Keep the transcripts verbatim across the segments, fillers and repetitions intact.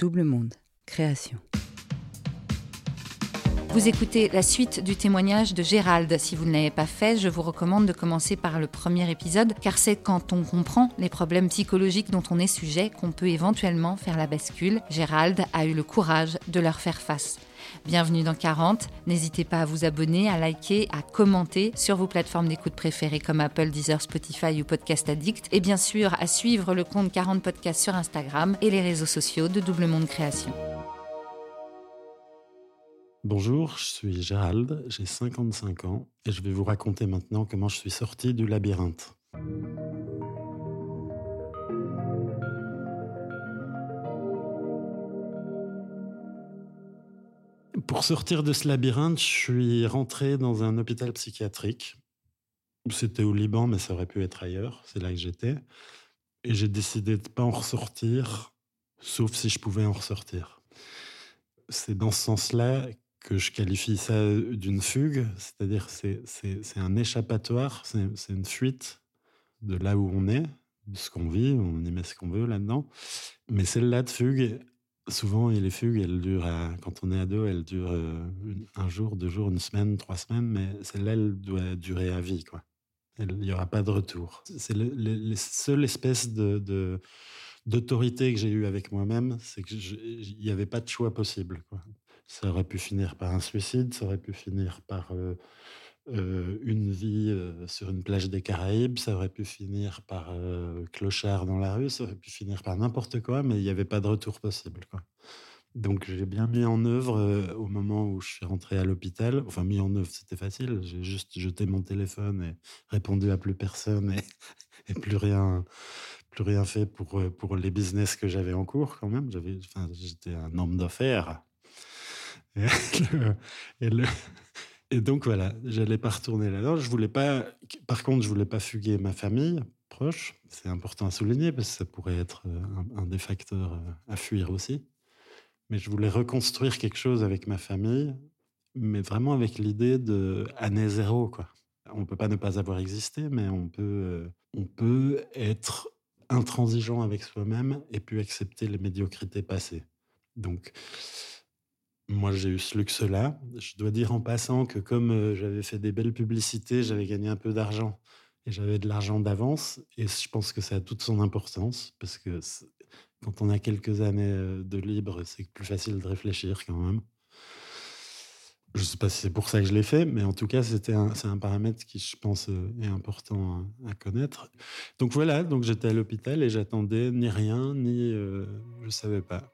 Double Monde, création. Vous écoutez la suite du témoignage de Gérald. Si vous ne l'avez pas fait, je vous recommande de commencer par le premier épisode, car c'est quand on comprend les problèmes psychologiques dont on est sujet qu'on peut éventuellement faire la bascule. Gérald a eu le courage de leur faire face. Bienvenue dans quarante. N'hésitez pas à vous abonner, à liker, à commenter sur vos plateformes d'écoute préférées comme Apple, Deezer, Spotify ou Podcast Addict. Et bien sûr, à suivre le compte quarante Podcast sur Instagram et les réseaux sociaux de Double Monde Création. Bonjour, je suis Gérald, j'ai cinquante-cinq ans et je vais vous raconter maintenant comment je suis sorti du labyrinthe. Pour sortir de ce labyrinthe, je suis rentré dans un hôpital psychiatrique. C'était au Liban, mais ça aurait pu être ailleurs, c'est là que j'étais. Et j'ai décidé de ne pas en ressortir, sauf si je pouvais en ressortir. C'est dans ce sens-là que je qualifie ça d'une fugue, c'est-à-dire c'est, c'est, c'est un échappatoire, c'est, c'est une fuite de là où on est, de ce qu'on vit, on y met ce qu'on veut là-dedans. Mais celle-là de fugue, souvent les fugues, elles durent, à, quand on est ado, elles durent une, un jour, deux jours, une semaine, trois semaines, mais celle-là, elle doit durer à vie, quoi. Il n'y aura pas de retour. C'est le, le, les seules espèces de, de, d'autorité que j'ai eue avec moi-même, c'est qu'il n'y avait pas de choix possible, quoi. Ça aurait pu finir par un suicide, ça aurait pu finir par euh, euh, une vie euh, sur une plage des Caraïbes, ça aurait pu finir par euh, clochard dans la rue, ça aurait pu finir par n'importe quoi, mais il n'y avait pas de retour possible, quoi. Donc j'ai bien mis en œuvre euh, au moment où je suis rentré à l'hôpital. Enfin, mis en œuvre, c'était facile. J'ai juste jeté mon téléphone et répondu à plus personne et, et plus rien, plus rien fait pour, pour les business que j'avais en cours quand même. J'avais, enfin, j'étais un homme d'affaires. Et, le, et, le, et donc voilà, j'allais pas retourner là-dedans. Je voulais pas, par contre, je voulais pas fuguer ma famille proche. C'est important à souligner parce que ça pourrait être un, un des facteurs à fuir aussi. Mais je voulais reconstruire quelque chose avec ma famille, mais vraiment avec l'idée de année zéro, quoi. On ne peut pas ne pas avoir existé, mais on peut, euh, on peut être intransigeant avec soi-même et puis accepter les médiocrités passées. Donc, moi, j'ai eu ce luxe-là. Je dois dire en passant que comme euh, j'avais fait des belles publicités, j'avais gagné un peu d'argent et j'avais de l'argent d'avance. Et je pense que ça a toute son importance parce que quand on a quelques années de libre, c'est plus facile de réfléchir quand même. Je ne sais pas si c'est pour ça que je l'ai fait, mais en tout cas, c'était un, c'est un paramètre qui, je pense, est important à, à connaître. Donc voilà, donc j'étais à l'hôpital et j'attendais ni rien, ni... Euh, je ne savais pas.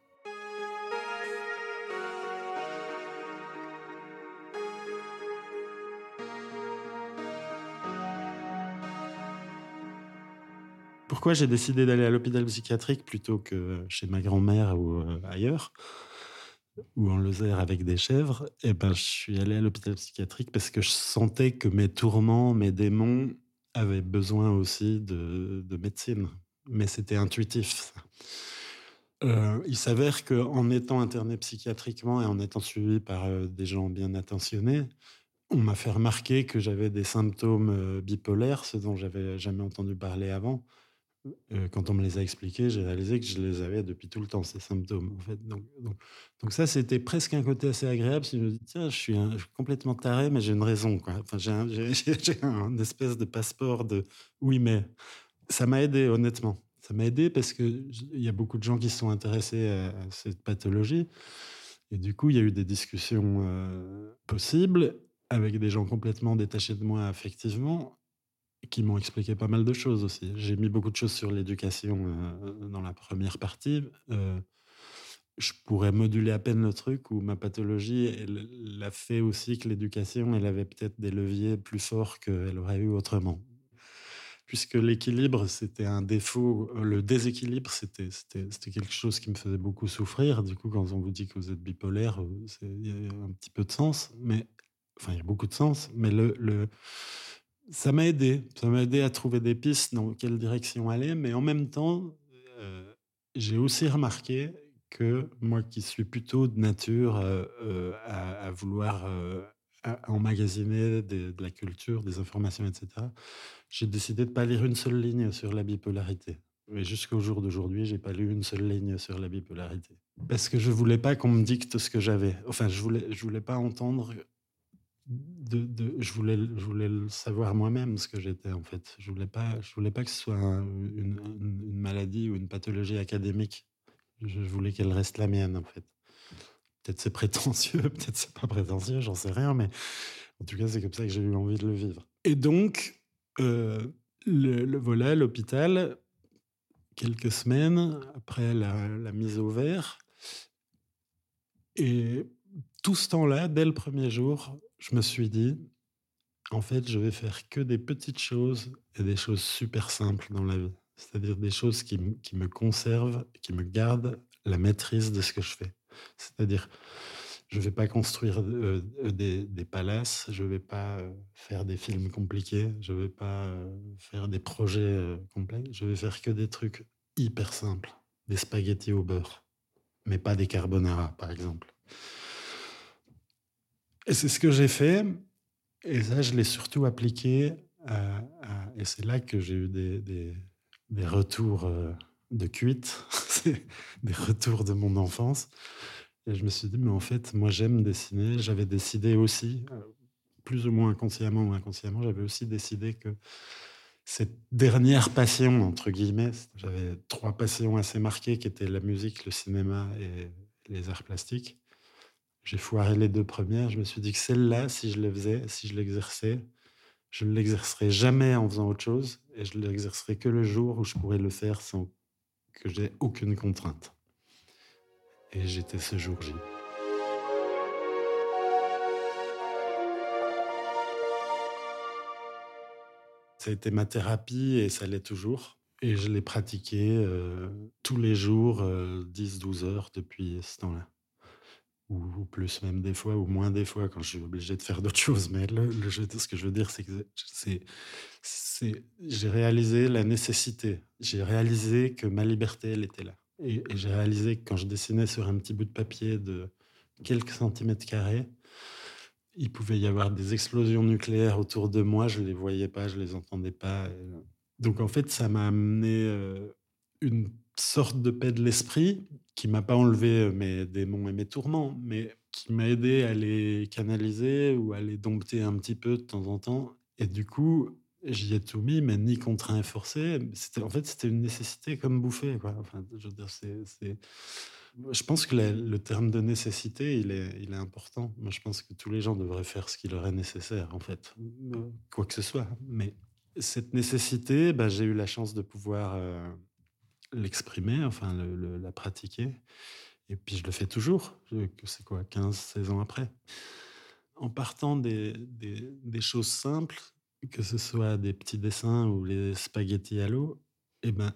Pourquoi j'ai décidé d'aller à l'hôpital psychiatrique plutôt que chez ma grand-mère ou euh, ailleurs, ou en Lozère avec des chèvres? Eh ben, je suis allé à l'hôpital psychiatrique parce que je sentais que mes tourments, mes démons avaient besoin aussi de, de médecine. Mais c'était intuitif, ça. Euh, il s'avère qu'en étant interné psychiatriquement et en étant suivi par euh, des gens bien attentionnés, on m'a fait remarquer que j'avais des symptômes euh, bipolaires, ce dont j'avais jamais entendu parler avant. Euh, quand on me les a expliqués, j'ai réalisé que je les avais depuis tout le temps, ces symptômes. En fait. donc, donc, donc ça, c'était presque un côté assez agréable. Si je me dis, tiens, je suis, un, je suis complètement taré, mais j'ai une raison, quoi. Enfin, j'ai, un, j'ai, j'ai un espèce de passeport de oui, mais ça m'a aidé, honnêtement. Ça m'a aidé parce qu'il y a beaucoup de gens qui se sont intéressés à, à cette pathologie. Et du coup, il y a eu des discussions euh, possibles avec des gens complètement détachés de moi affectivement, qui m'ont expliqué pas mal de choses aussi. J'ai mis beaucoup de choses sur l'éducation euh, dans la première partie. Euh, je pourrais moduler à peine le truc où ma pathologie, elle, elle a fait aussi que l'éducation, elle avait peut-être des leviers plus forts qu'elle aurait eu autrement. Puisque l'équilibre, c'était un défaut, le déséquilibre, c'était, c'était, c'était quelque chose qui me faisait beaucoup souffrir. Du coup, quand on vous dit que vous êtes bipolaire, il y a un petit peu de sens, mais enfin, il y a beaucoup de sens, mais le, le ça m'a aidé. Ça m'a aidé à trouver des pistes dans quelle direction aller, mais en même temps, euh, j'ai aussi remarqué que moi qui suis plutôt de nature euh, euh, à, à vouloir euh, à emmagasiner des, de la culture, des informations, et cetera, j'ai décidé de ne pas lire une seule ligne sur la bipolarité. Et jusqu'au jour d'aujourd'hui, j'ai pas lu une seule ligne sur la bipolarité. Parce que je voulais pas qu'on me dicte ce que j'avais. Enfin, je voulais, je voulais pas entendre de, de- je voulais, je voulais le savoir moi-même ce que j'étais en fait. Je voulais pas, je voulais pas que ce soit un- une, une- une maladie ou une pathologie académique. Je voulais qu'elle reste la mienne en fait. Peut-être c'est prétentieux, peut-être c'est pas prétentieux, j'en sais rien, mais en tout cas c'est comme ça que j'ai eu envie de le vivre. Et donc, euh, le, le voilà à l'hôpital quelques semaines après la, la mise au vert. Et tout ce temps-là, dès le premier jour, je me suis dit, en fait, je vais faire que des petites choses et des choses super simples dans la vie. C'est-à-dire des choses qui, m- qui me conservent, qui me gardent la maîtrise de ce que je fais. C'est-à-dire, je ne vais pas construire euh, euh, des, des palaces, je ne vais pas euh, faire des films compliqués, je ne vais pas euh, faire des projets euh, complexes, je vais faire que des trucs hyper simples. Des spaghettis au beurre, mais pas des carbonara, par exemple. Et c'est ce que j'ai fait. Et ça, je l'ai surtout appliqué à, à- et c'est là que j'ai eu des, des, des retours euh, de cuite, c'est des retours de mon enfance. Et je me suis dit, mais en fait, moi, j'aime dessiner. J'avais décidé aussi, euh, plus ou moins inconsciemment ou inconsciemment, j'avais aussi décidé que cette dernière passion, entre guillemets, j'avais trois passions assez marquées qui étaient la musique, le cinéma et les arts plastiques. J'ai foiré les deux premières. Je me suis dit que celle-là, si je le faisais, si je l'exerçais, je ne l'exercerai jamais en faisant autre chose et je l'exercerai que le jour où je pourrais le faire sans que j'ai aucune contrainte. Et j'étais ce jour J. Ça a été ma thérapie et ça l'est toujours. Et je l'ai pratiqué euh, tous les jours, euh, dix douze heures depuis ce temps-là. Ou, ou plus même des fois, ou moins des fois quand je suis obligé de faire d'autres choses. Mais le, le, ce que je veux dire, c'est que c'est, c'est, j'ai réalisé la nécessité. J'ai réalisé que ma liberté, elle était là. Et, et j'ai réalisé que quand je dessinais sur un petit bout de papier de quelques centimètres carrés, il pouvait y avoir des explosions nucléaires autour de moi. Je ne les voyais pas, je ne les entendais pas. Et donc en fait, ça m'a amené euh, une sorte de paix de l'esprit qui m'a pas enlevé mes démons et mes tourments, mais qui m'a aidé à les canaliser ou à les dompter un petit peu de temps en temps. Et du coup, j'y ai tout mis, mais ni contraint et forcé. C'était, en fait, c'était une nécessité comme bouffer, quoi. Enfin, je veux dire, c'est, c'est... Je pense que la- le terme de nécessité, il est, il est important. Moi, je pense que tous les gens devraient faire ce qui leur est nécessaire, en fait, Euh, quoi que ce soit. Mais cette nécessité, bah, j'ai eu la chance de pouvoir euh, l'exprimer, enfin, le- le- la pratiquer. Et puis, je le fais toujours. Je- C'est quoi, quinze, seize ans après. En partant des, des, des choses simples, que ce soit des petits dessins ou les spaghettis à l'eau, eh ben,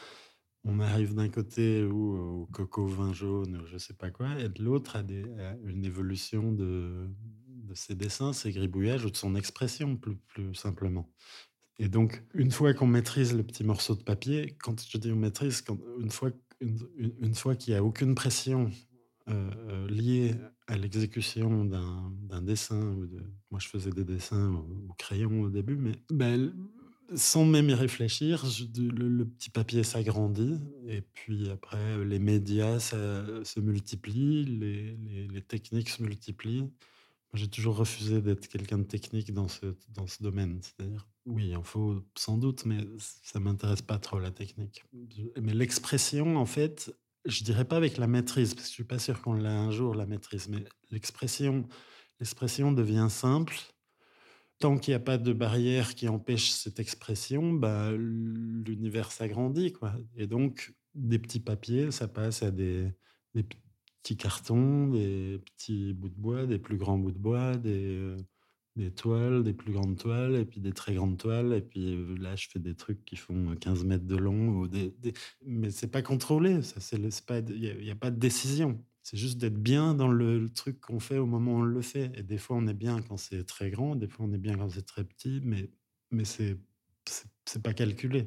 on arrive d'un côté où au coco vin jaune, ou je sais pas quoi, et de l'autre à, des, à une évolution de, de ses dessins, ses gribouillages ou de son expression, plus, plus simplement. Et donc, une fois qu'on maîtrise le petit morceau de papier, quand je dis on maîtrise, quand, une fois, une, une, une fois qu'il n'y a aucune pression euh, euh, liée à l'exécution d'un, d'un dessin, ou de, moi je faisais des dessins au, au crayon au début, mais ben, sans même y réfléchir, je- de- le, le petit papier s'agrandit, et puis après, les médias ça, se multiplient, les, les, les techniques se multiplient. J'ai toujours refusé d'être quelqu'un de technique dans ce, dans ce domaine. C'est-à-dire, oui, il en faut sans doute, mais ça m'intéresse pas trop la technique. Je- Mais l'expression, en fait, je dirais pas avec la maîtrise, parce que je suis pas sûr qu'on l'a un jour, la maîtrise, mais l'expression, l'expression devient simple. Tant qu'il n'y a pas de barrière qui empêche cette expression, bah, l'univers s'agrandit, quoi. Et donc, des petits papiers, ça passe à des, des petits cartons, des petits bouts de bois, des plus grands bouts de bois, des, euh, des toiles, des plus grandes toiles, et puis des très grandes toiles. Et puis euh, là, je fais des trucs qui font quinze mètres de long. Ou des, des... Mais c'est pas contrôlé, ça, c'est le- c'est pas, il n'y a, il y a pas de décision. C'est juste d'être bien dans le, le truc qu'on fait au moment où on le fait. Et des fois, on est bien quand c'est très grand, des fois, on est bien quand c'est très petit, mais, mais c'est, c'est, c'est pas calculé.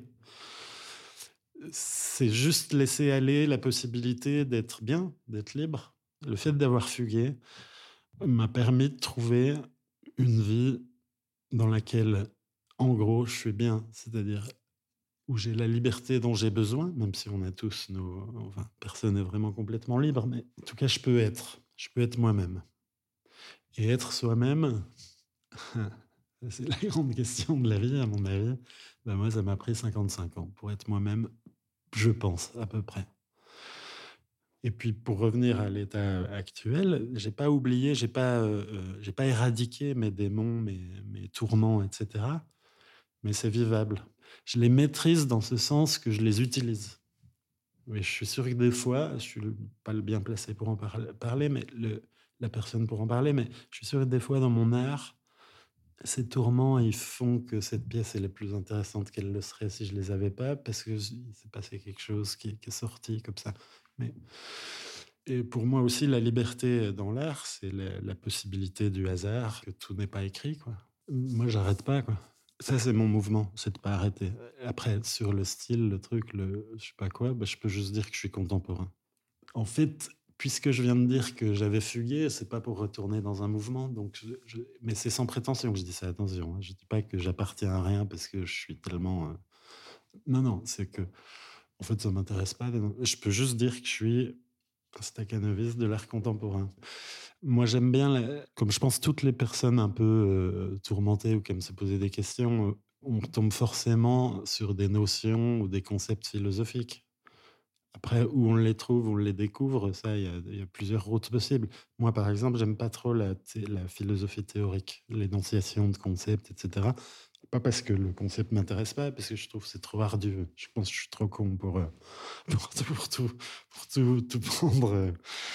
C'est juste laisser aller la possibilité d'être bien, d'être libre. Le fait d'avoir fugué m'a permis de trouver une vie dans laquelle, en gros, je suis bien. C'est-à-dire, où j'ai la liberté dont j'ai besoin, même si on a tous nos... Enfin, personne n'est vraiment complètement libre, mais en tout cas, je peux être. Je peux être moi-même. Et être soi-même, c'est la grande question de la vie, à mon avis. Ben moi, ça m'a pris cinquante-cinq ans pour être moi-même, je pense, à peu près. Et puis, pour revenir à l'état actuel, j'ai pas oublié, j'ai pas, euh, euh, j'ai pas éradiqué mes démons, mes, mes tourments, et cetera. Mais c'est vivable. Je les maîtrise dans ce sens que je les utilise. Mais je suis sûr que des fois, je suis pas le bien placé pour en par- parler, mais le, la personne pour en parler, mais je suis sûr que des fois, dans mon art, ces tourments, ils font que cette pièce elle est plus intéressante qu'elle le serait si je les avais pas, parce que j- il s'est passé quelque chose qui, qui est sorti comme ça. Mais et pour moi aussi, la liberté dans l'art, c'est la, la possibilité du hasard, que tout n'est pas écrit, quoi. Moi, j'arrête pas, quoi. Ça, c'est mon mouvement, c'est de pas arrêter. Après, sur le style, le truc, le je sais pas quoi, bah, je peux juste dire que je suis contemporain. En fait, puisque je viens de dire que j'avais fugué, c'est pas pour retourner dans un mouvement, donc je, je- mais c'est sans prétention que je dis ça, attention, hein. Je dis pas que j'appartiens à rien parce que je suis tellement... euh, Non, non, c'est que, en fait, ça m'intéresse pas. Je peux juste dire que je suis un stakhanoviste de l'art contemporain. Moi, j'aime bien, la- comme je pense toutes les personnes un peu euh, tourmentées ou qui aiment se poser des questions, euh, on tombe forcément sur des notions ou des concepts philosophiques. Après, où on les trouve, on les découvre, ça, il y a, il y a plusieurs routes possibles. Moi, par exemple, j'aime pas trop la, thé- la philosophie théorique, l'énonciation de concepts, et cetera. Pas parce que le concept m'intéresse pas, parce que je trouve que c'est trop ardu. Je pense que je suis trop con pour, euh, pour, tout, pour, tout, pour tout, tout prendre. euh,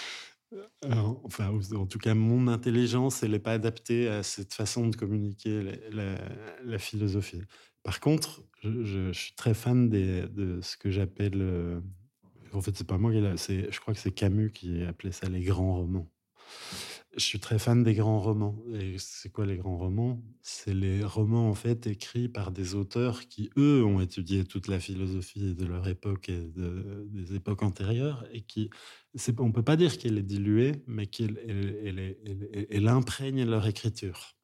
alors, enfin, ou- en tout cas, mon intelligence, elle n'est pas adaptée à cette façon de communiquer la, la- la philosophie. Par contre, je, je- je suis très fan des- de ce que j'appelle... euh, en fait, c'est pas moi qui l'a, c'est, je crois que c'est Camus qui appelait ça les grands romans. Je suis très fan des grands romans. Et c'est quoi les grands romans? C'est les romans en fait écrits par des auteurs qui, eux, ont étudié toute la philosophie de leur époque et de- des époques antérieures et qui, c'est, on peut pas dire qu'elle est diluée, mais qu'elle elle, elle, est- elle- elle- elle imprègne leur écriture.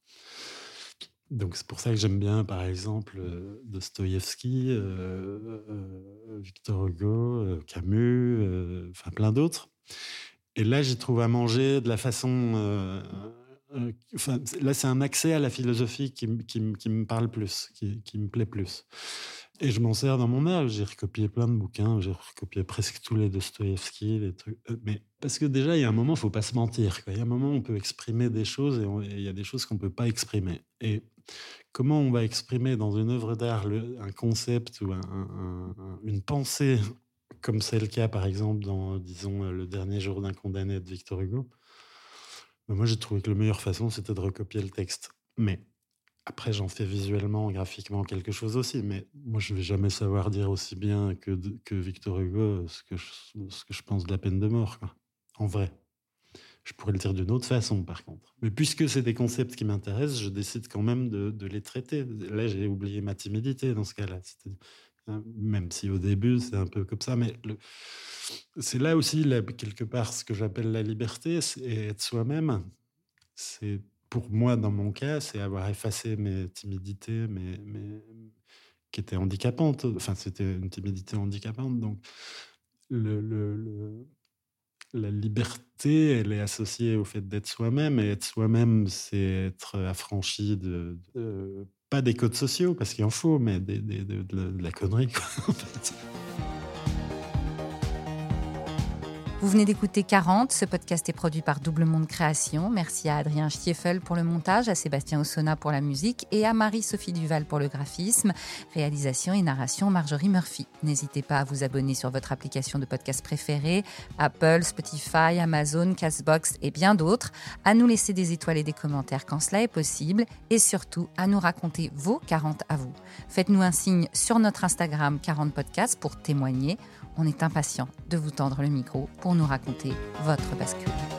Donc c'est pour ça que j'aime bien, par exemple, euh, Dostoïevski, euh, euh, Victor Hugo, euh, Camus, euh, enfin plein d'autres. Et là, j'y trouve à manger de la façon... euh, euh, enfin, là, c'est un accès à la philosophie qui, m- qui, m- qui me parle plus, qui, qui me plaît plus. Et je m'en sers dans mon art. J'ai recopié plein de bouquins, j'ai recopié presque tous les Dostoïevski, les trucs. euh, Mais parce que déjà, il y a un moment, il faut pas se mentir, quoi. Il y a un moment où on peut exprimer des choses et on- et il y a des choses qu'on peut pas exprimer. Et comment on va exprimer dans une œuvre d'art le- un concept ou un- un- un- une pensée comme c'est le cas, par exemple, dans, disons, euh, Le dernier jour d'un condamné de Victor Hugo? Ben, moi, j'ai trouvé que la meilleure façon, c'était de recopier le texte. Mais après, j'en fais visuellement, graphiquement quelque chose aussi. Mais moi, je vais jamais savoir dire aussi bien que, de- que Victor Hugo ce que, je, ce que je pense de la peine de mort, quoi. En vrai. Je pourrais le dire d'une autre façon, par contre. Mais puisque c'est des concepts qui m'intéressent, je décide quand même de, de les traiter. Là, j'ai oublié ma timidité dans ce cas-là. C'est-à-dire, hein, même si au début, c'est un peu comme ça. Mais le- c'est là aussi, là, quelque part, ce que j'appelle la liberté, c'est être soi-même. C'est, pour moi, dans mon cas, c'est avoir effacé mes timidités, mes, mes- qui étaient handicapantes. Enfin, c'était une timidité handicapante. Donc, le, le, le- la liberté, elle est associée au fait d'être soi-même. Et être soi-même, c'est être affranchi de, de- pas des codes sociaux, parce qu'il en faut, mais des- des- de, de la- de la connerie, quoi, en fait. Vous venez d'écouter quarante. Ce podcast est produit par Double Monde Création. Merci à Adrien Stiefel pour le montage, à Sébastien Ossona pour la musique et à Marie-Sophie Duval pour le graphisme. Réalisation et narration Marjorie Murphy. N'hésitez pas à vous abonner sur votre application de podcast préférée, Apple, Spotify, Amazon, Castbox et bien d'autres, à nous laisser des étoiles et des commentaires quand cela est possible et surtout à nous raconter vos quarante à vous. Faites-nous un signe sur notre Instagram quarante podcasts pour témoigner. On est impatient de vous tendre le micro pour nous raconter votre bascule.